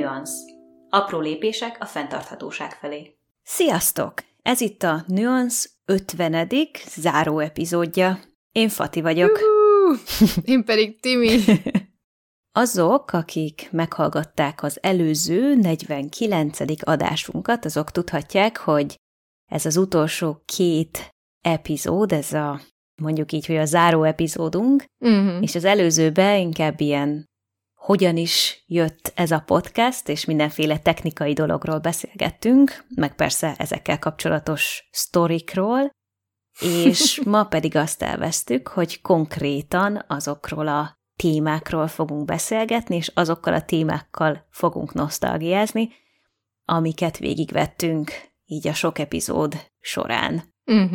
Nüansz. Apró lépések a fenntarthatóság felé. Sziasztok! Ez itt a Nüansz 50. záró epizódja. Én Fati vagyok. Én pedig Timi. Azok, akik meghallgatták az előző 49. adásunkat, azok tudhatják, hogy ez az utolsó 2 epizód, ez a mondjuk így, hogy a záró epizódunk, és az előzőben inkább ilyen hogyan is jött ez a podcast, és mindenféle technikai dologról beszélgettünk, meg persze ezekkel kapcsolatos sztorikról, és ma pedig azt elvesztük, hogy konkrétan azokról a témákról fogunk beszélgetni, és azokkal a témákkal fogunk nosztalgiázni, amiket végigvettünk így a sok epizód során.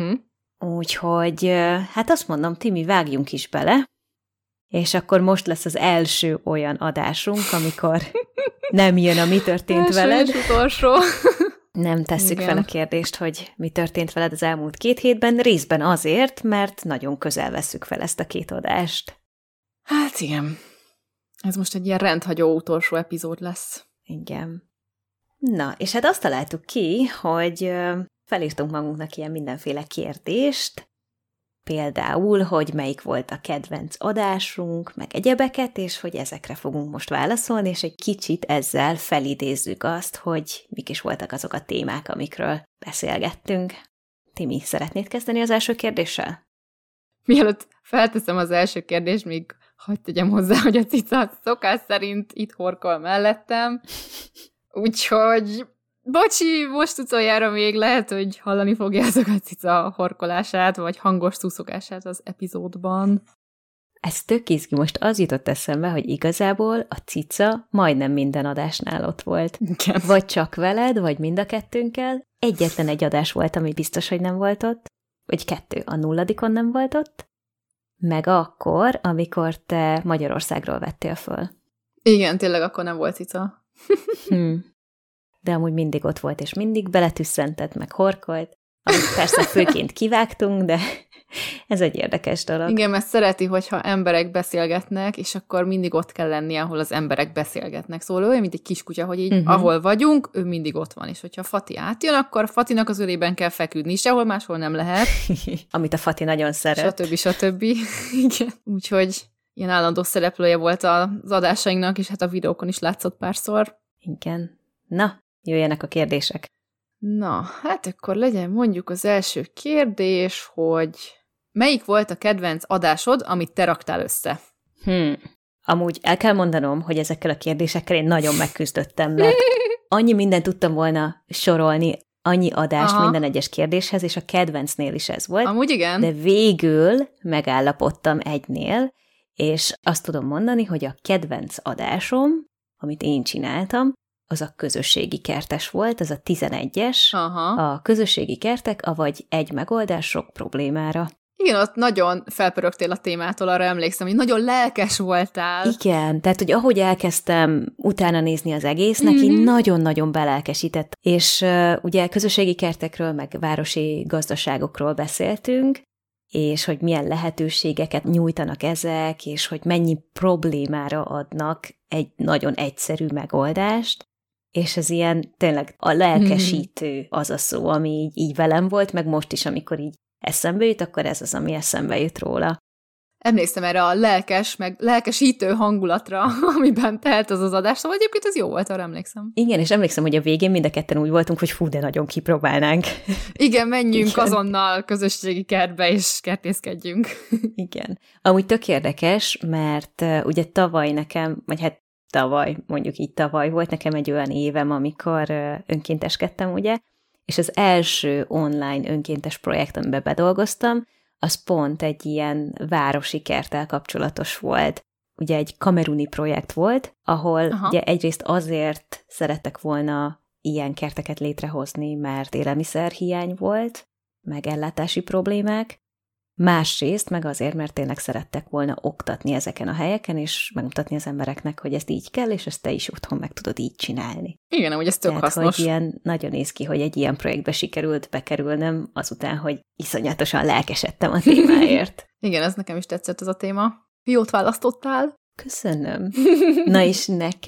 Úgyhogy, hát azt mondom, Timi, vágjunk is bele, és akkor most lesz az első olyan adásunk, amikor nem jön a mi történt veled. Utolsó. Nem tesszük fel a kérdést, hogy mi történt veled az elmúlt 2 hétben, részben azért, mert nagyon közel vesszük fel ezt a 2 adást. Hát igen. Ez most egy ilyen rendhagyó utolsó epizód lesz. Igen. Na, és hát azt találtuk ki, hogy felírtunk magunknak ilyen mindenféle kérdést, például, hogy melyik volt a kedvenc adásunk, meg egyebeket, és hogy ezekre fogunk most válaszolni, és egy kicsit ezzel felidézzük azt, hogy mik is voltak azok a témák, amikről beszélgettünk. Timi, szeretnéd kezdeni az első kérdéssel? Mielőtt felteszem az első kérdést, még hagyd tegyem hozzá, hogy a cica szokás szerint itt horkol mellettem, úgyhogy bocsi, most utoljára még lehet, hogy hallani fogjátok a cica horkolását, vagy hangos szuszogását az epizódban. Ez tök izgi. Most az jutott eszembe, hogy igazából a cica majdnem minden adásnál ott volt. Igen. Vagy csak veled, vagy mind a kettőnkkel. Egyetlen egy adás volt, ami biztos, hogy nem volt ott. Vagy 2, a 0. nem volt ott. Meg akkor, amikor te Magyarországról vettél föl. Igen, tényleg akkor nem volt cica. De amúgy mindig ott volt, és mindig beletüsszentett, meg horkolt, amit persze főként kivágtunk, de ez egy érdekes dolog. Igen, mert szereti, hogyha emberek beszélgetnek, és akkor mindig ott kell lennie, ahol az emberek beszélgetnek. Szóval olyan, mint egy kiskutya, hogy így ahol vagyunk, ő mindig ott van. És hogyha Fati átjön, akkor Fatinak az ölében kell feküdni, sehol máshol nem lehet. Amit a Fati nagyon szeret. Stb. Igen. Úgyhogy ilyen állandó szereplője volt az adásainknak, és hát a videókon is látszott párszor. Igen. Na, jöjjenek a kérdések. Na, hát akkor legyen mondjuk az első kérdés, hogy melyik volt a kedvenc adásod, amit te raktál össze? Amúgy el kell mondanom, hogy ezekkel a kérdésekkel én nagyon megküzdöttem, mert annyi mindent tudtam volna sorolni, annyi adást minden egyes kérdéshez, és a kedvencnél is ez volt. Amúgy igen. De végül megállapodtam egynél, és azt tudom mondani, hogy a kedvenc adásom, amit én csináltam, az a közösségi kertes volt, az a 11-es, a közösségi kertek, avagy egy megoldás sok problémára. Igen, ott nagyon felpörögtél a témától, arra emlékszem, hogy nagyon lelkes voltál. Igen, tehát, hogy ahogy elkezdtem utána nézni az egésznek, így nagyon-nagyon belelkesített. És ugye közösségi kertekről, meg városi gazdaságokról beszéltünk, és hogy milyen lehetőségeket nyújtanak ezek, és hogy mennyi problémára adnak egy nagyon egyszerű megoldást, és ez ilyen tényleg a lelkesítő az a szó, ami így velem volt, meg most is, amikor így eszembe jut, akkor ez az, ami eszembe jut róla. Emlékszem erre a lelkes, meg lelkesítő hangulatra, amiben telt az adás, szóval egyébként ez jó volt, arra emlékszem. Igen, és emlékszem, hogy a végén mind a ketten úgy voltunk, hogy fú, de nagyon kipróbálnánk. Igen, menjünk azonnal közösségi kertbe, és kertészkedjünk. Igen. Amúgy tök érdekes, mert ugye tavaly nekem, vagy hát mondjuk így tavaly volt nekem egy olyan évem, amikor önkénteskedtem, ugye, és az első online önkéntes projekt, amiben bedolgoztam, az pont egy ilyen városi kerttel kapcsolatos volt. Ugye egy kameruni projekt volt, ahol ugye egyrészt azért szerettek volna ilyen kerteket létrehozni, mert élelmiszerhiány volt, meg ellátási problémák, másrészt meg azért, mert tényleg szerettek volna oktatni ezeken a helyeken, és megmutatni az embereknek, hogy ezt így kell, és ezt te is otthon meg tudod így csinálni. Igen, hogy ez tök hasznos. Hogy ilyen, nagyon néz ki, hogy egy ilyen projektbe sikerült bekerülnöm, azután, hogy iszonyatosan lelkesedtem a témáért. Igen, ez nekem is tetszett ez a téma. Jót választottál. Köszönöm. Na és neked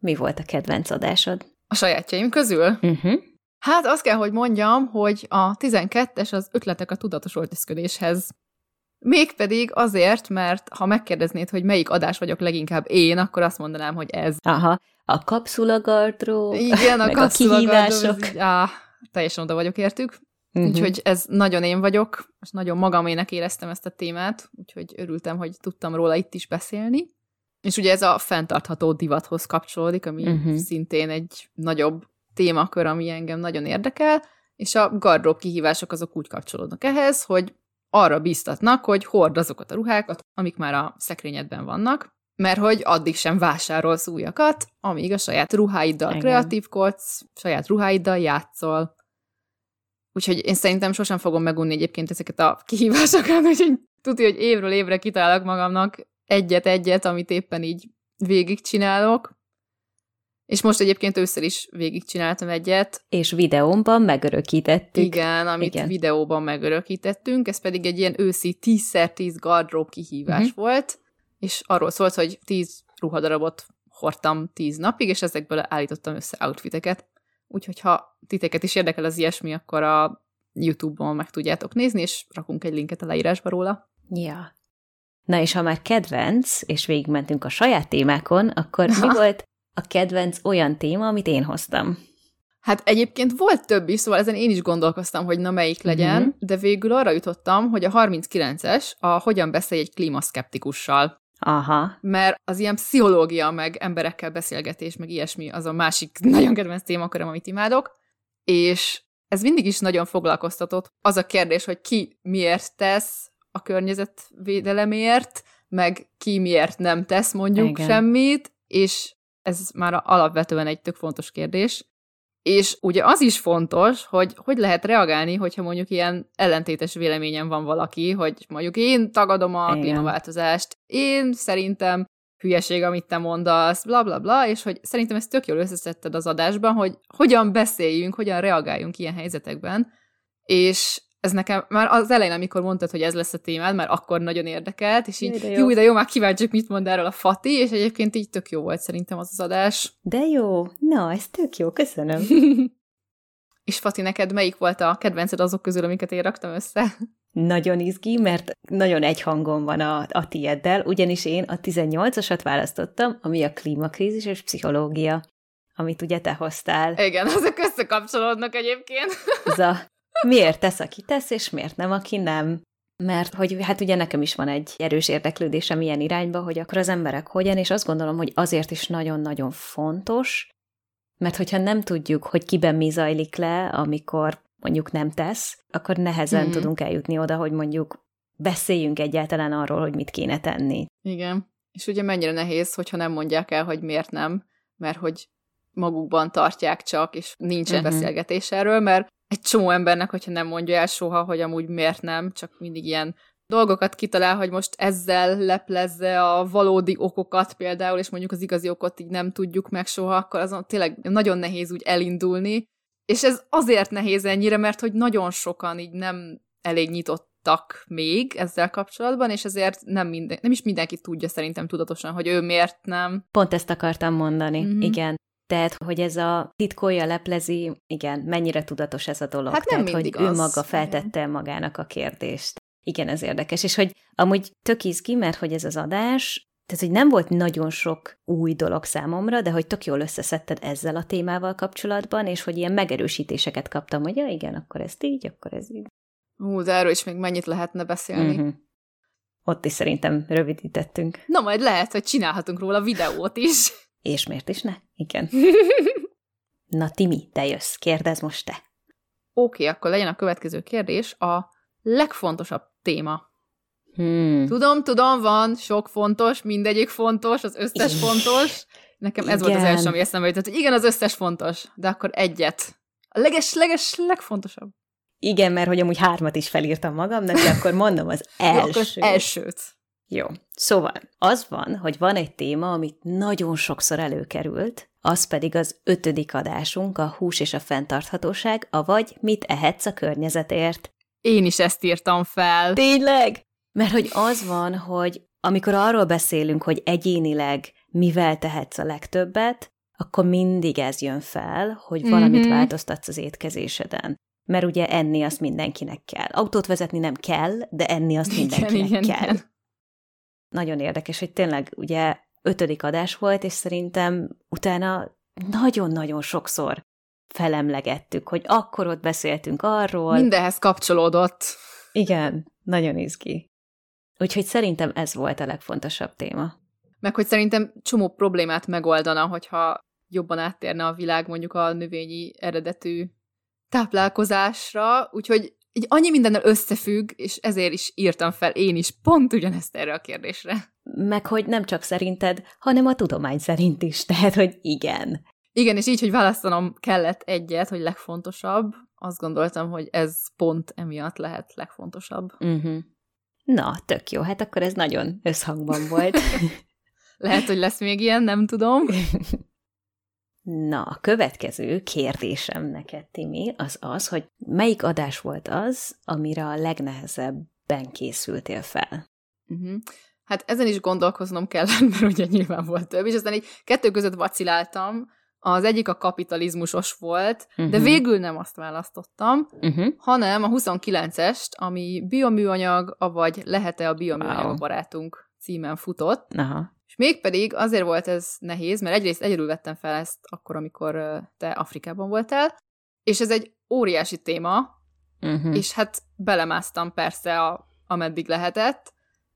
mi volt a kedvenc adásod? A sajátjaim közül? Hát azt kell, hogy mondjam, hogy a 12-es az ötletek a tudatos öltözködéshez. Mégpedig azért, mert ha megkérdeznéd, hogy melyik adás vagyok leginkább én, akkor azt mondanám, hogy ez. Aha, a kapszulagardrób, igen, meg a kihívások. Teljesen oda vagyok értük. Úgyhogy ez nagyon én vagyok, és nagyon magamének éreztem ezt a témát, úgyhogy örültem, hogy tudtam róla itt is beszélni. És ugye ez a fenntartható divathoz kapcsolódik, ami szintén egy nagyobb témakör, ami engem nagyon érdekel, és a gardrób kihívások azok úgy kapcsolódnak ehhez, hogy arra bíztatnak, hogy hord azokat a ruhákat, amik már a szekrényedben vannak, mert hogy addig sem vásárolsz újakat, amíg a saját ruháiddal kreatívkodsz, saját ruháiddal játszol. Úgyhogy én szerintem sosem fogom megunni egyébként ezeket a kihívásokat, úgyhogy tudja, hogy évről évre kitalálok magamnak egyet-egyet, amit éppen így végigcsinálok. És most egyébként ősszel is végigcsináltam egyet. És videómban megörökítettük. Igen, amit videóban megörökítettünk, ez pedig egy ilyen őszi 10x10 gardrób kihívás volt, és arról szólt, hogy 10 ruhadarabot hordtam 10 napig, és ezekből állítottam össze outfiteket. Úgyhogy ha titeket is érdekel az ilyesmi, akkor a YouTube-on meg tudjátok nézni, és rakunk egy linket a leírásba róla. Ja. Na és ha már kedvenc, és végigmentünk a saját témákon, akkor mi volt a kedvenc olyan téma, amit én hoztam? Hát egyébként volt több is, szóval ezen én is gondolkoztam, hogy na melyik legyen, de végül arra jutottam, hogy a 39-es a hogyan beszélj egy klímaszkeptikussal. Aha. Mert az ilyen pszichológia, meg emberekkel beszélgetés, meg ilyesmi, az a másik nagyon kedvenc témaköröm, amit imádok, és ez mindig is nagyon foglalkoztatott. Az a kérdés, hogy ki miért tesz a környezetvédelemért, meg ki miért nem tesz mondjuk semmit, és ez már alapvetően egy tök fontos kérdés. És ugye az is fontos, hogy lehet reagálni, hogyha mondjuk ilyen ellentétes véleményen van valaki, hogy mondjuk én tagadom a klímaváltozást, én szerintem hülyeség, amit te mondasz, bla bla bla, és hogy szerintem ezt tök jól összeszedted az adásban, hogy hogyan beszéljünk, hogyan reagáljunk ilyen helyzetekben, és ez nekem már az elején, amikor mondtad, hogy ez lesz a témád, már akkor nagyon érdekelt, és így de jó, már kíváncsiak, mit mond erről a Fati, és egyébként így tök jó volt szerintem az adás. De jó, na, ez tök jó, köszönöm. És Fati, neked melyik volt a kedvenced azok közül, amiket én raktam össze? Nagyon izgi, mert nagyon egy hangon van a tieddel, ugyanis én a 18-asat választottam, ami a klímakrízis és pszichológia, amit ugye te hoztál. Igen, azok összekapcsolódnak egyébként. Ez a miért tesz, aki tesz, és miért nem, aki nem. Mert hogy hát ugye nekem is van egy erős érdeklődésem ilyen irányba, hogy akkor az emberek hogyan, és azt gondolom, hogy azért is nagyon-nagyon fontos, mert hogyha nem tudjuk, hogy kiben mi zajlik le, amikor mondjuk nem tesz, akkor nehezen tudunk eljutni oda, hogy mondjuk beszéljünk egyáltalán arról, hogy mit kéne tenni. Igen. És ugye mennyire nehéz, hogyha nem mondják el, hogy miért nem, mert hogy magukban tartják csak, és nincsen beszélgetés erről, mert egy csomó embernek, hogyha nem mondja el soha, hogy amúgy miért nem, csak mindig ilyen dolgokat kitalál, hogy most ezzel leplezze a valódi okokat például, és mondjuk az igazi okot így nem tudjuk meg soha, akkor azon tényleg nagyon nehéz úgy elindulni. És ez azért nehéz ennyire, mert hogy nagyon sokan így nem elég nyitottak még ezzel kapcsolatban, és ezért nem is mindenki tudja szerintem tudatosan, hogy ő miért nem. Pont ezt akartam mondani, igen. Tehát, hogy ez a titkolja, leplezi, igen, mennyire tudatos ez a dolog. Hát nem tehát, hogy ő maga feltette magának a kérdést. Igen, ez érdekes. És hogy amúgy tök izgi, mert hogy ez az adás, tehát, hogy nem volt nagyon sok új dolog számomra, de hogy tök jól összeszedted ezzel a témával kapcsolatban, és hogy ilyen megerősítéseket kaptam, hogy ja, igen, akkor ezt így, akkor ez így. De erről is még mennyit lehetne beszélni. Ott is szerintem rövidítettünk. Na, majd lehet, hogy csinálhatunk róla videót is. És miért is ne? Igen. Na, Timi, te jössz. Kérdezz most te. Oké, akkor legyen a következő kérdés. A legfontosabb téma. Tudom, van sok fontos, mindegyik fontos, az összes fontos. Nekem ez volt az első, ami eszembe jutott, hogy igen, az összes fontos, de akkor egyet. A legfontosabb. Igen, mert hogy amúgy 3 is felírtam magamnak, de akkor mondom az elsőt. Jó, elsőt. Jó. Szóval az van, hogy van egy téma, amit nagyon sokszor előkerült, az pedig az 5. adásunk, a hús és a fenntarthatóság, avagy mit ehetsz a környezetért. Én is ezt írtam fel. Tényleg? Mert hogy az van, hogy amikor arról beszélünk, hogy egyénileg mivel tehetsz a legtöbbet, akkor mindig ez jön fel, hogy valamit változtatsz az étkezéseden. Mert ugye enni azt mindenkinek kell. Autót vezetni nem kell, de enni azt mindenkinek kell. Igen. Nagyon érdekes, hogy tényleg ugye 5. adás volt, és szerintem utána nagyon-nagyon sokszor felemlegettük, hogy akkor ott beszéltünk arról. Mindenhez kapcsolódott. Igen, nagyon izgi. Úgyhogy szerintem ez volt a legfontosabb téma. Meg hogy szerintem csomó problémát megoldana, hogyha jobban áttérne a világ mondjuk a növényi eredetű táplálkozásra, úgyhogy így annyi mindennel összefügg, és ezért is írtam fel én is pont ugyanezt erre a kérdésre. Meg hogy nem csak szerinted, hanem a tudomány szerint is, tehát hogy igen. Igen, és így, hogy választanom kellett egyet, hogy legfontosabb, azt gondoltam, hogy ez pont emiatt lehet legfontosabb. Na, tök jó, hát akkor ez nagyon összhangban volt. Lehet, hogy lesz még ilyen, nem tudom. Na, a következő kérdésem neked, Timi, az, hogy melyik adás volt az, amire a legnehezebben készültél fel? Hát ezen is gondolkoznom kellett, mert ugye nyilván volt több, és aztán így 2 között vaciláltam. Az egyik a kapitalizmusos volt, de végül nem azt választottam, hanem a 29-est, ami bioműanyag, avagy lehet-e a bioműanyag a barátunk címen futott. Aha. És mégpedig azért volt ez nehéz, mert egyrészt egyedül vettem fel ezt akkor, amikor te Afrikában voltál, és ez egy óriási téma, és hát belemásztam persze ameddig lehetett,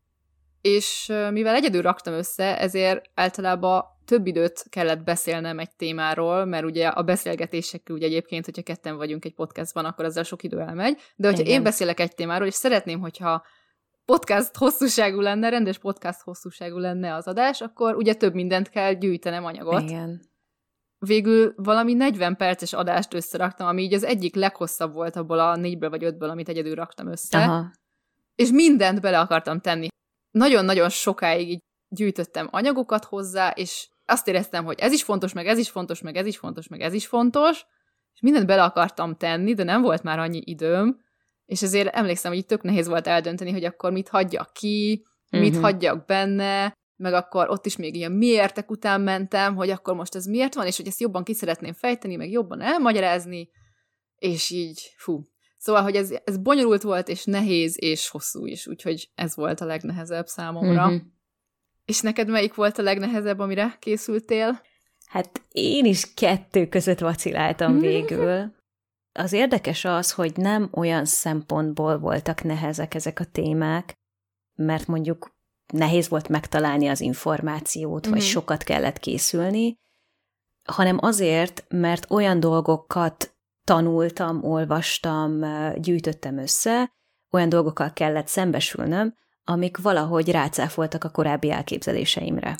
és mivel egyedül raktam össze, ezért általában több időt kellett beszélnem egy témáról, mert ugye a beszélgetésekkel ugye egyébként, hogyha ketten vagyunk egy podcastban, akkor ezzel sok idő elmegy, de hogyha én beszélek egy témáról, és szeretném, hogyha podcast hosszúságú lenne, rendes podcast hosszúságú lenne az adás, akkor ugye több mindent kell gyűjtenem anyagot. Igen. Végül valami 40 perces adást összeraktam, ami így az egyik leghosszabb volt abból a 4-ből vagy 5-ből, amit egyedül raktam össze. Aha. És mindent bele akartam tenni. Nagyon-nagyon sokáig így gyűjtöttem anyagokat hozzá, és azt éreztem, hogy ez is fontos, meg ez is fontos, meg ez is fontos, meg ez is fontos, és mindent bele akartam tenni, de nem volt már annyi időm, és ezért emlékszem, hogy tök nehéz volt eldönteni, hogy akkor mit hagyjak ki, mit hagyjak benne, meg akkor ott is még ilyen miértek után mentem, hogy akkor most ez miért van, és hogy ezt jobban ki szeretném fejteni, meg jobban elmagyarázni, és így, Szóval, hogy ez bonyolult volt, és nehéz, és hosszú is, úgyhogy ez volt a legnehezebb számomra. És neked melyik volt a legnehezebb, amire készültél? Hát én is 2 között vaciláltam végül. Az érdekes az, hogy nem olyan szempontból voltak nehezek ezek a témák, mert mondjuk nehéz volt megtalálni az információt, vagy sokat kellett készülni, hanem azért, mert olyan dolgokat tanultam, olvastam, gyűjtöttem össze, olyan dolgokkal kellett szembesülnöm, amik valahogy rácáfoltak a korábbi elképzeléseimre.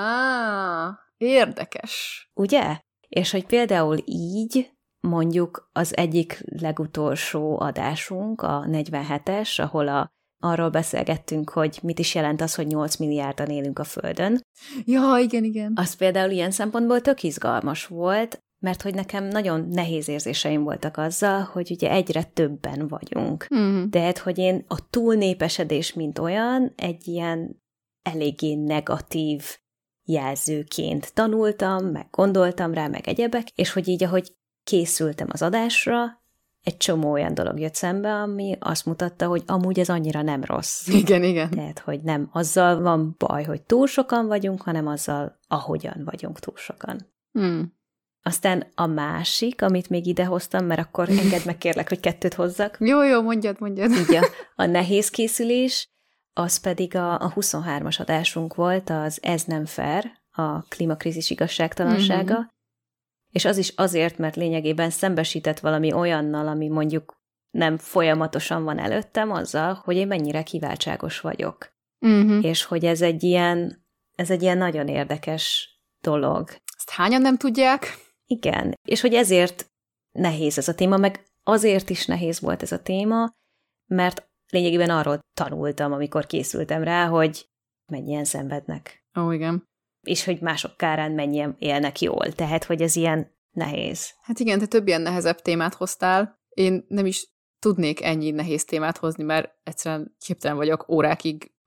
Érdekes. Ugye? És hogy például így, mondjuk az egyik legutolsó adásunk, a 47-es, ahol arról beszélgettünk, hogy mit is jelent az, hogy 8 milliárdan élünk a Földön. Ja, igen. Az például ilyen szempontból tök izgalmas volt, mert hogy nekem nagyon nehéz érzéseim voltak azzal, hogy ugye egyre többen vagyunk. De hát, hogy én a túlnépesedés, mint olyan, egy ilyen eléggé negatív jelzőként tanultam, meg gondoltam rá, meg egyebek, és hogy így, ahogy készültem az adásra, egy csomó olyan dolog jött szembe, ami azt mutatta, hogy amúgy ez annyira nem rossz. Igen. Tehát, hogy nem azzal van baj, hogy túl sokan vagyunk, hanem azzal, ahogyan vagyunk túl sokan. Aztán a másik, amit még idehoztam, mert akkor engedd meg kérlek, hogy 2 hozzak. Jó, mondjad. Így a nehéz készülés, az pedig a 23-as adásunk volt, az Ez nem fair, a klímakrízis igazságtalansága, és az is azért, mert lényegében szembesített valami olyannal, ami mondjuk nem folyamatosan van előttem, azzal, hogy én mennyire kiváltságos vagyok. És hogy ez egy ilyen nagyon érdekes dolog. Ezt hányan nem tudják? Igen, és hogy ezért nehéz ez a téma, meg azért is nehéz volt ez a téma, mert lényegében arról tanultam, amikor készültem rá, hogy mennyien szenvednek. Igen. És hogy mások kárán mennyien élnek jól. Tehát, hogy ez ilyen nehéz. Hát igen, te több ilyen nehezebb témát hoztál. Én nem is tudnék ennyi nehéz témát hozni, mert egyszerűen képtelen vagyok órákig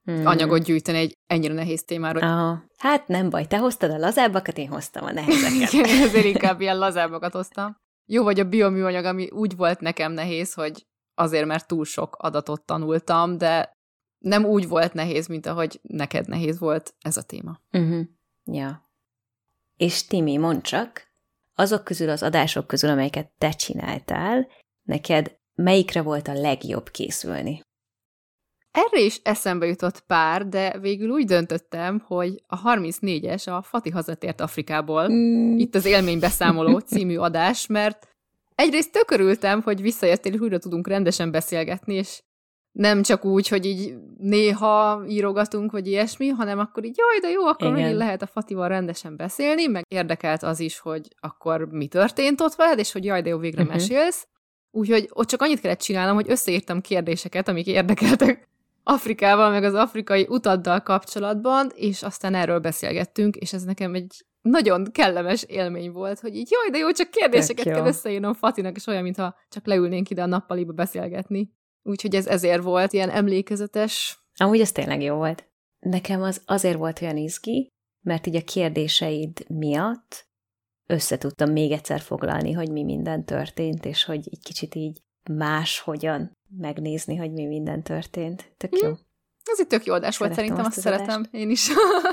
anyagot gyűjteni egy ennyire nehéz témáról. Aha. Hát nem baj, te hoztad a lazábbakat, én hoztam a nehezeket. Igen, ezért inkább ilyen lazábbakat hoztam. Jó, vagy a bioműanyag, ami úgy volt nekem nehéz, hogy azért, mert túl sok adatot tanultam, de nem úgy volt nehéz, mint ahogy neked nehéz volt ez a téma. Ja. És Timi, mondd csak, azok közül az adások közül, amelyeket te csináltál, neked melyikre volt a legjobb készülni? Erre is eszembe jutott pár, de végül úgy döntöttem, hogy a 34-es, a Fati hazatért Afrikából, itt az élménybeszámoló című adás, mert egyrészt tök örültem, hogy visszajöttél, és újra tudunk rendesen beszélgetni, és nem csak úgy, hogy így néha írogatunk, vagy ilyesmi, hanem akkor így, jaj, de jó, akkor megint lehet a Fatival rendesen beszélni, meg érdekelt az is, hogy akkor mi történt ott veled, és hogy jaj, de jó, végre mesélsz. Úgyhogy ott csak annyit kellett csinálnom, hogy összeírtam kérdéseket, amik érdekeltek Afrikával, meg az afrikai utaddal kapcsolatban, és aztán erről beszélgettünk, és ez nekem egy nagyon kellemes élmény volt, hogy így jaj, de jó, csak kérdéseket kell összeírnom Fatinak, és olyan, mintha csak leülnénk ide a nappaliba beszélgetni. Úgyhogy ez ezért volt ilyen emlékezetes. Amúgy ez tényleg jó volt. Nekem az azért volt olyan izgi, mert így a kérdéseid miatt összetudtam még egyszer foglalni, hogy mi minden történt, és hogy egy kicsit így máshogyan megnézni, hogy mi minden történt. Tök jó. Ez egy tök jó adás volt, szerintem, azt szeretem én is.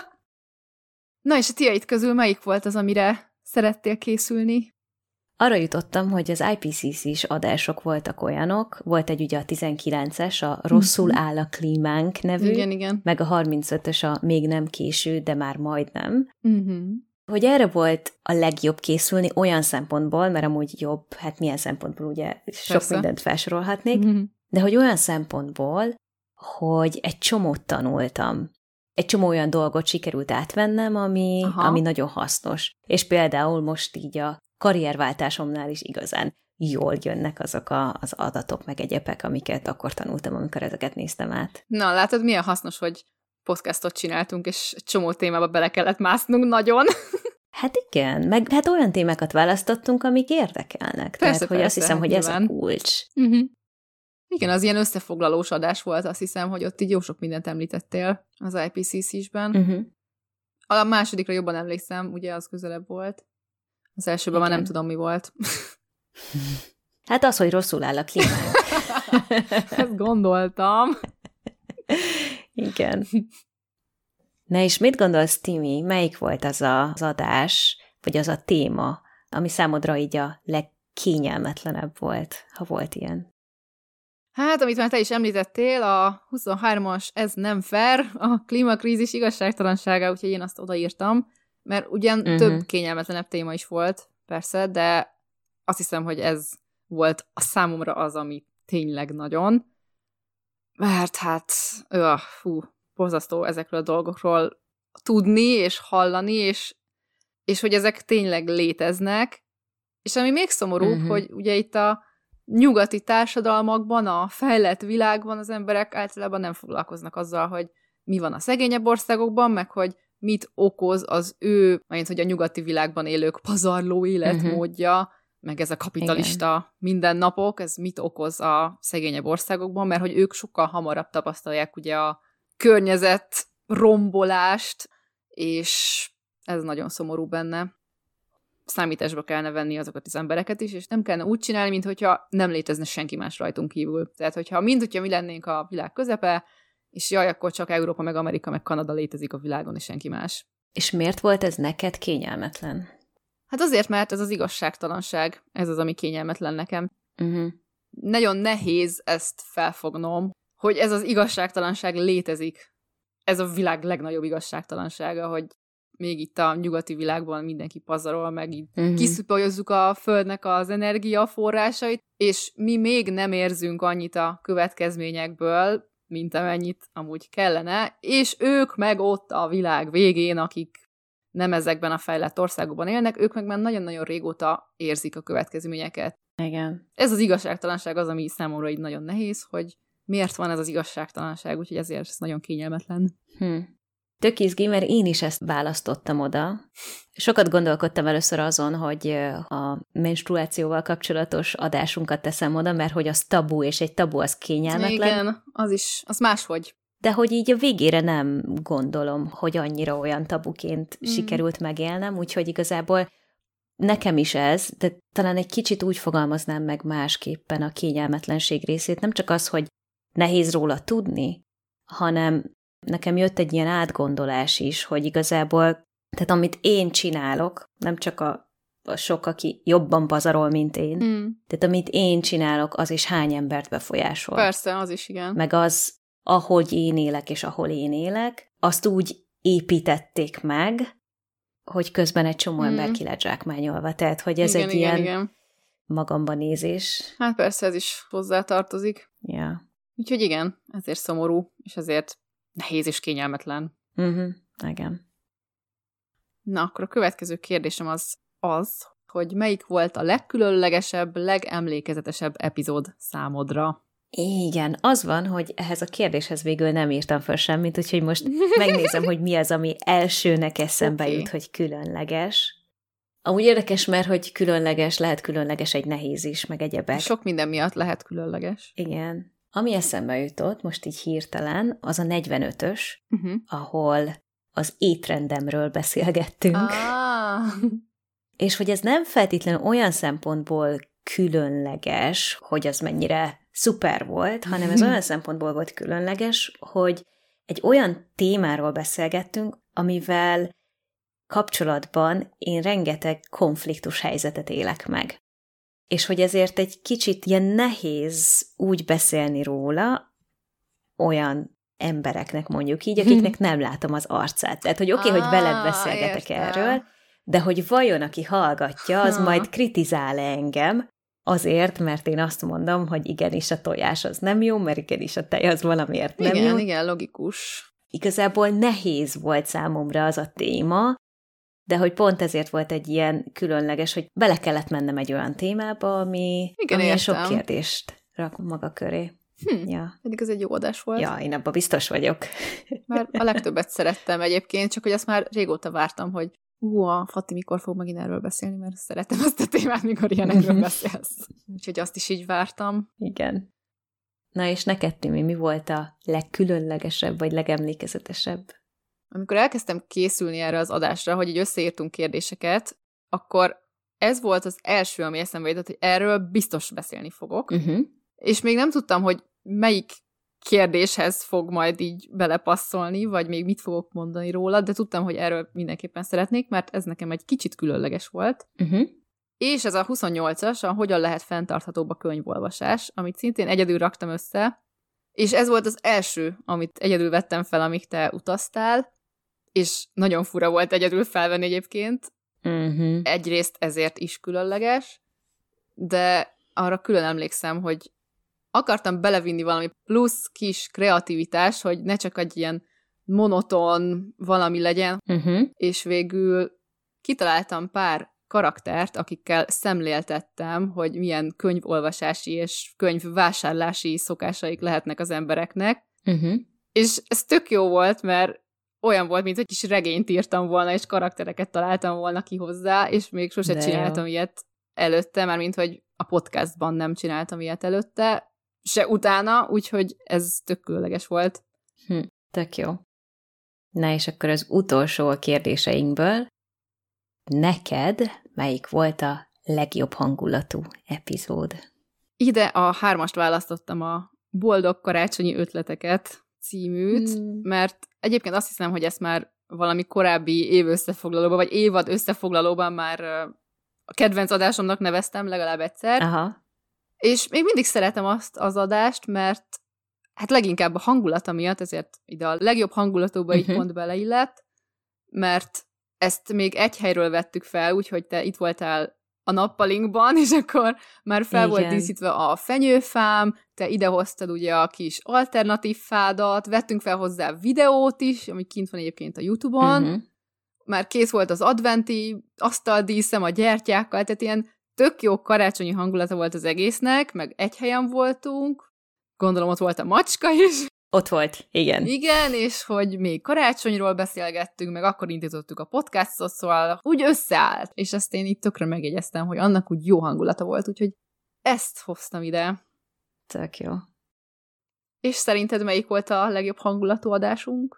Na és a tiaid közül melyik volt az, amire szerettél készülni? Arra jutottam, hogy az IPCC-s adások voltak olyanok, volt egy ugye a 19-es, a Rosszul áll a klímánk nevű, igen. meg a 35-ös a Még nem késő, de már majdnem. Hogy erre volt a legjobb készülni olyan szempontból, mert amúgy jobb, hát milyen szempontból ugye sok mindent felsorolhatnék, de hogy olyan szempontból, hogy egy csomót tanultam. Egy csomó olyan dolgot sikerült átvennem, ami nagyon hasznos. És például most így a karrierváltásomnál is igazán jól jönnek azok az adatok, meg egyebek, amiket akkor tanultam, amikor ezeket néztem át. Na, látod, milyen hasznos, hogy podcastot csináltunk, és egy csomó témába bele kellett másznunk nagyon. Hát igen, meg hát olyan témákat választottunk, amik érdekelnek. Tehát, hogy azt hiszem, hogy nyilván. Ez a kulcs. Igen, az ilyen összefoglalós adás volt, azt hiszem, hogy ott így jó sok mindent említettél az IPCC-sben. A másodikra jobban emlékszem, ugye az közelebb volt. Az elsőben már nem tudom, mi volt. Hát az, hogy rosszul áll a klímánk. Ezt gondoltam. Igen. Na és mit gondolsz, Timi, melyik volt az az adás, vagy az a téma, ami számodra így a legkényelmetlenebb volt, ha volt ilyen? Hát, amit már te is említettél, a 23-as Ez nem fair, a klímakrízis igazságtalansága, úgyhogy én azt odaírtam, mert ugyan több kényelmetlenebb téma is volt, persze, de azt hiszem, hogy ez volt a számomra az, ami tényleg nagyon, mert hát, borzasztó ezekről a dolgokról tudni és hallani, és hogy ezek tényleg léteznek, és ami még szomorúbb, hogy ugye itt a nyugati társadalmakban, a fejlett világban az emberek általában nem foglalkoznak azzal, hogy mi van a szegényebb országokban, meg hogy mit okoz az mert hogy a nyugati világban élők pazarló életmódja, meg ez a kapitalista mindennapok, ez mit okoz a szegényebb országokban, mert hogy ők sokkal hamarabb tapasztalják ugye a környezet rombolást, és ez nagyon szomorú benne. Számításba kellene venni azokat az embereket is, és nem kellene úgy csinálni, mintha nem létezne senki más rajtunk kívül. Tehát, hogyha mi lennénk a világ közepe, és jaj, akkor csak Európa, meg Amerika, meg Kanada létezik a világon, és senki más. És miért volt ez neked kényelmetlen? Hát azért, mert ez az igazságtalanság, ez az, ami kényelmetlen nekem. Nagyon nehéz ezt felfognom, hogy ez az igazságtalanság létezik. Ez a világ legnagyobb igazságtalansága, hogy még itt a nyugati világban mindenki pazarol, meg így kiszupolyozzuk a földnek az energiaforrásait, és mi még nem érzünk annyit a következményekből, mint amennyit amúgy kellene, és ők meg ott a világ végén, akik nem ezekben a fejlett országokban élnek, ők meg már nagyon-nagyon régóta érzik a következményeket. Igen. Ez az igazságtalanság az, ami számomra így nagyon nehéz, hogy miért van ez az igazságtalanság, úgyhogy ezért ez nagyon kényelmetlen. Tök izgi, mert én is ezt választottam oda. Sokat gondolkodtam először azon, hogy a menstruációval kapcsolatos adásunkat teszem oda, mert hogy az tabu, és egy tabu az kényelmetlen. Igen, az máshogy. de hogy így a végére nem gondolom, hogy annyira olyan tabuként sikerült megélnem, úgyhogy igazából nekem is ez, de talán egy kicsit úgy fogalmaznám meg másképpen a kényelmetlenség részét, nem csak az, hogy nehéz róla tudni, hanem nekem jött egy ilyen átgondolás is, hogy igazából, tehát amit én csinálok, nem csak a sok, aki jobban pazarol, mint én, tehát amit én csinálok, az is hány embert befolyásol. Persze, az is igen. Meg az, ahogy én élek és ahol én élek, azt úgy építették meg, hogy közben egy csomó ember ki lett zsákmányolva. Tehát, hogy ez igen, egy ilyen magamba nézés. Hát persze, ez is hozzátartozik. Ja. Úgyhogy igen, ezért szomorú, és ezért nehéz és kényelmetlen. Igen. Na, akkor a következő kérdésem az, hogy melyik volt a legkülönlegesebb, legemlékezetesebb epizód számodra? Igen, az van, hogy ehhez a kérdéshez végül nem írtam fel semmit, úgyhogy most megnézem, hogy mi az, ami elsőnek eszembe jut, hogy különleges. Amúgy érdekes, mert hogy különleges, lehet különleges egy nehéz is, meg egyebek. Sok minden miatt lehet különleges. Igen. Ami eszembe jutott, most így hirtelen, az a 45-ös, ahol az étrendemről beszélgettünk. És hogy ez nem feltétlenül olyan szempontból különleges, hogy az mennyire szuper volt, hanem ez olyan szempontból volt különleges, hogy egy olyan témáról beszélgettünk, amivel kapcsolatban én rengeteg konfliktus helyzetet élek meg. És hogy ezért egy kicsit ilyen nehéz úgy beszélni róla olyan embereknek mondjuk így, akiknek nem látom az arcát. Tehát, hogy oké, hogy veled beszélgetek erről, de hogy vajon, aki hallgatja, az majd kritizál engem, azért, mert én azt mondom, hogy igenis a tojás az nem jó, mert igenis a tej az valamiért nem jó. Igen, logikus. Igazából nehéz volt számomra az a téma, de hogy pont ezért volt egy ilyen különleges, hogy bele kellett mennem egy olyan témába, ami sok kérdést rak maga köré. Ja. Pedig ez egy jó adás volt. Ja, én abban biztos vagyok. Mert a legtöbbet szerettem egyébként, csak hogy azt már régóta vártam, hogy a Fati mikor fog megint erről beszélni, mert szeretem azt a témát, mikor ilyenekről beszélsz. Úgyhogy azt is így vártam. Igen. Na és neked, Timi, mi volt a legkülönlegesebb, vagy legemlékezetesebb? Amikor elkezdtem készülni erre az adásra, hogy így összeírtunk kérdéseket, akkor ez volt az első, ami eszembe jutott, hogy erről biztos beszélni fogok. És még nem tudtam, hogy melyik kérdéshez fog majd így belepasszolni, vagy még mit fogok mondani róla, de tudtam, hogy erről mindenképpen szeretnék, mert ez nekem egy kicsit különleges volt. És ez a 28-as, a hogyan lehet fenntarthatóbb a könyvolvasás, amit szintén egyedül raktam össze, és ez volt az első, amit egyedül vettem fel, amíg te utaztál, és nagyon fura volt egyedül felvenni egyébként. Egyrészt ezért is különleges, de arra külön emlékszem, hogy akartam belevinni valami plusz kis kreativitás, hogy ne csak egy ilyen monoton valami legyen, és végül kitaláltam pár karaktert, akikkel szemléltettem, hogy milyen könyvolvasási és könyvvásárlási szokásaik lehetnek az embereknek. És ez tök jó volt, mert olyan volt, mint egy kis regényt írtam volna, és karaktereket találtam volna ki hozzá, és még sose csináltam ilyet előtte, már mint hogy a podcastban nem csináltam ilyet előtte, se utána, úgyhogy ez tök különleges volt. Tök jó. Na és akkor az utolsó a kérdéseinkből, neked melyik volt a legjobb hangulatú epizód? Ide a 3-ast választottam, a Boldog karácsonyi ötleteket címűt, mert egyébként azt hiszem, hogy ezt már valami korábbi év összefoglalóban, vagy évad összefoglalóban már a kedvenc adásomnak neveztem legalább egyszer. Aha. És még mindig szeretem azt az adást, mert hát leginkább a hangulata miatt, ezért ide a legjobb hangulatóba így pont beleillett, mert ezt még egy helyről vettük fel, úgyhogy te itt voltál a nappalinkban, és akkor már fel volt díszítve a fenyőfám, te idehoztad ugye a kis alternatív fádat, vettünk fel hozzá videót is, ami kint van egyébként a YouTube-on, már kész volt az adventi asztaldíszem a gyertyákkal, tehát ilyen tök jó karácsonyi hangulata volt az egésznek, meg egy helyen voltunk, gondolom ott volt a macska is. Ott volt, igen. Igen, és hogy még karácsonyról beszélgettünk, meg akkor indítottuk a podcastot, szóval úgy összeállt. És ezt én itt tökre megjegyeztem, hogy annak úgy jó hangulata volt, úgyhogy ezt hoztam ide. Tök jó. És szerinted melyik volt a legjobb hangulatú adásunk?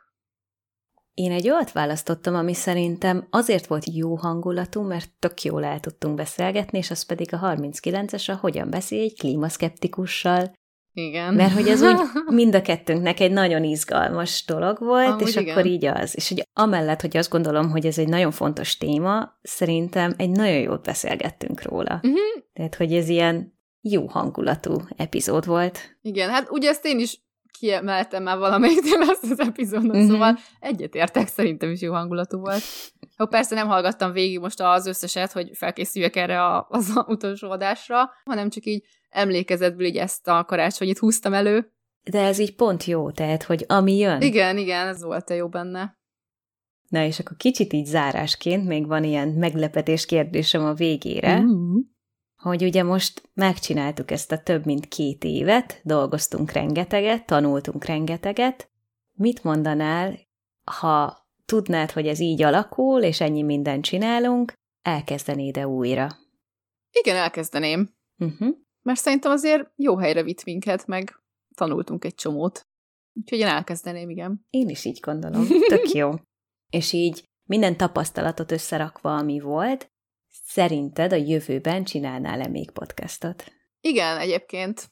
Én egy olyat választottam, ami szerintem azért volt jó hangulatú, mert tök jól el tudtunk beszélgetni, és az pedig a 39-es, a Hogyan beszélj egy klímaszkeptikussal. Igen. Mert hogy ez úgy mind a kettőnknek egy nagyon izgalmas dolog volt, amúgy és igen. akkor így az. És hogy amellett, hogy azt gondolom, hogy ez egy nagyon fontos téma, szerintem egy nagyon jót beszélgettünk róla. Tehát, hogy ez ilyen jó hangulatú epizód volt. Igen, hát ugye ezt én is kiemeltem már valamelyiknél azt az epizódot, szóval egyetértek, szerintem is jó hangulatú volt. Jó, persze nem hallgattam végig most az összeset, hogy felkészüljek erre az utolsó adásra, hanem csak így emlékezetből így ezt a karácsonyit húztam elő. De ez így pont jó, tehát, hogy ami jön. Igen, ez volt jó benne. Na, és akkor kicsit így zárásként még van ilyen meglepetés kérdésem a végére, hogy ugye most megcsináltuk ezt a több mint 2 évet, dolgoztunk rengeteget, tanultunk rengeteget. Mit mondanál, ha tudnád, hogy ez így alakul, és ennyi mindent csinálunk, elkezdenéd-e újra? Igen, elkezdeném. Mert szerintem azért jó helyre vitt minket, meg tanultunk egy csomót. Úgyhogy én elkezdeném, igen. Én is így gondolom. Tök jó. És így minden tapasztalatot összerakva, ami volt, szerinted a jövőben csinálnál-e még podcastot? Igen, egyébként.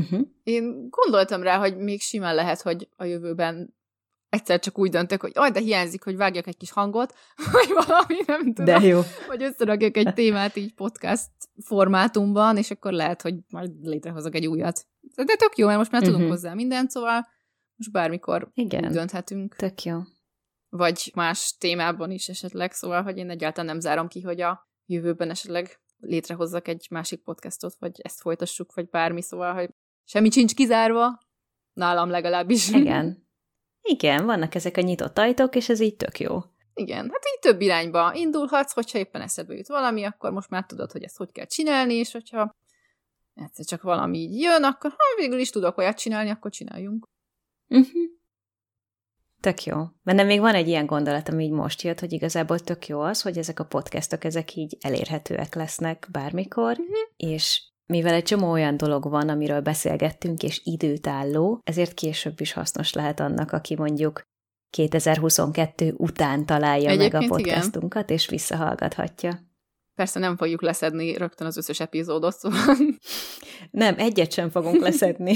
Én gondoltam rá, hogy még simán lehet, hogy a jövőben egyszer csak úgy döntök, hogy de hiányzik, hogy vágjak egy kis hangot, vagy valami, nem tudom. De jó. Vagy összerakjak egy témát így podcast formátumban, és akkor lehet, hogy majd létrehozok egy újat. De tök jó, mert most már tudunk hozzá mindent, szóval most bármikor úgy dönthetünk. Tök jó. Vagy más témában is esetleg, szóval, hogy én egyáltalán nem zárom ki, hogy a jövőben esetleg létrehozzak egy másik podcastot, vagy ezt folytassuk, vagy bármi, szóval, hogy semmi sincs kizárva, nálam legalábbis. Igen, vannak ezek a nyitott ajtók, és ez így tök jó. Igen, hát így több irányba indulhatsz, hogyha éppen eszedbe jut valami, akkor most már tudod, hogy ezt hogy kell csinálni, és hogyha egyszer csak valami így jön, akkor végül is tudok olyat csinálni, akkor csináljunk. Tök jó. Bennem még van egy ilyen gondolat, ami így most jött, hogy igazából tök jó az, hogy ezek a podcastok, ezek így elérhetőek lesznek bármikor, és mivel egy csomó olyan dolog van, amiről beszélgettünk, és időtálló, ezért később is hasznos lehet annak, aki mondjuk 2022 után találja egyébként meg a podcastunkat, és visszahallgathatja. Persze nem fogjuk leszedni rögtön az összes epizódot, szóval... Nem, egyet sem fogunk leszedni.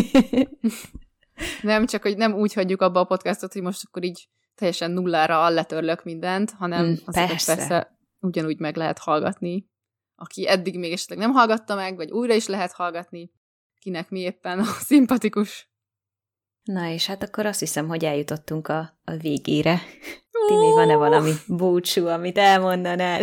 Nem, csak hogy nem úgy hagyjuk abba a podcastot, hogy most akkor így teljesen nullára letörlök mindent, hanem persze ugyanúgy meg lehet hallgatni. Aki eddig még esetleg nem hallgatta meg, vagy újra is lehet hallgatni, kinek mi éppen a szimpatikus. Na és hát akkor azt hiszem, hogy eljutottunk a végére. Timi, van-e valami búcsú, amit elmondanál?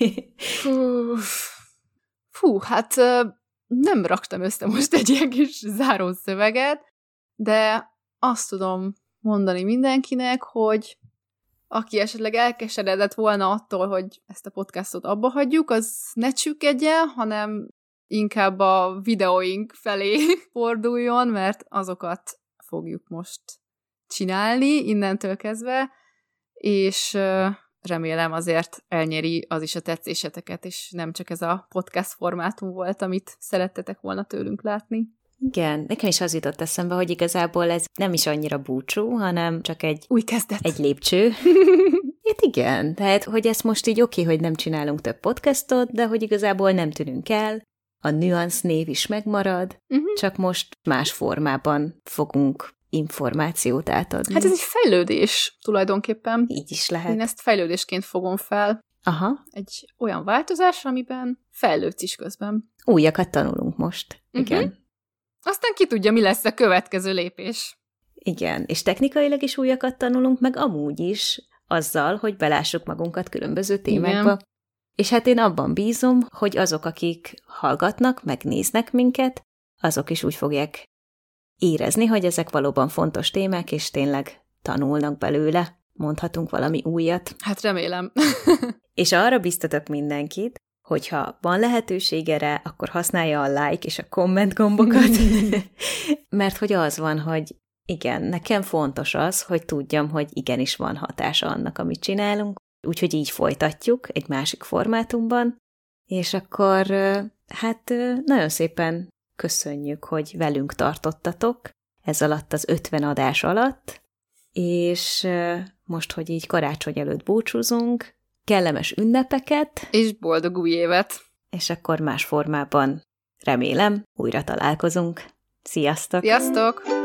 Hát nem raktam össze most egy ilyen kis zárószöveget, de azt tudom mondani mindenkinek, hogy aki esetleg elkeseredett volna attól, hogy ezt a podcastot abba hagyjuk, az ne csüggedjen, hanem inkább a videóink felé forduljon, mert azokat fogjuk most csinálni innentől kezdve, és remélem azért elnyeri az is a tetszéseteket, és nem csak ez a podcast formátum volt, amit szerettetek volna tőlünk látni. Igen, nekem is az jutott eszembe, hogy igazából ez nem is annyira búcsú, hanem csak egy új kezdet. Egy lépcső. Hát igen, tehát, hogy ezt most így oké, hogy nem csinálunk több podcastot, de hogy igazából nem tűnünk el, a Nuance név is megmarad, csak most más formában fogunk információt átadni. Hát ez egy fejlődés tulajdonképpen. Így is lehet. Én ezt fejlődésként fogom fel. Aha. Egy olyan változás, amiben fejlődsz is közben. Újakat tanulunk most. Igen. Aztán ki tudja, mi lesz a következő lépés. Igen, és technikailag is újakat tanulunk, meg amúgy is azzal, hogy belássuk magunkat különböző témákba. Igen. És hát én abban bízom, hogy azok, akik hallgatnak, megnéznek minket, azok is úgy fogják érezni, hogy ezek valóban fontos témák, és tényleg tanulnak belőle. Mondhatunk valami újat. Hát remélem. És arra biztatok mindenkit, hogyha van lehetőség erre, akkor használja a like és a komment gombokat, mert hogy az van, hogy igen, nekem fontos az, hogy tudjam, hogy igenis van hatása annak, amit csinálunk, úgyhogy így folytatjuk egy másik formátumban, és akkor hát nagyon szépen köszönjük, hogy velünk tartottatok ez alatt az 50 adás alatt, és most, hogy így karácsony előtt búcsúzunk, kellemes ünnepeket, és boldog új évet! És akkor más formában, remélem, újra találkozunk. Sziasztok! Sziasztok!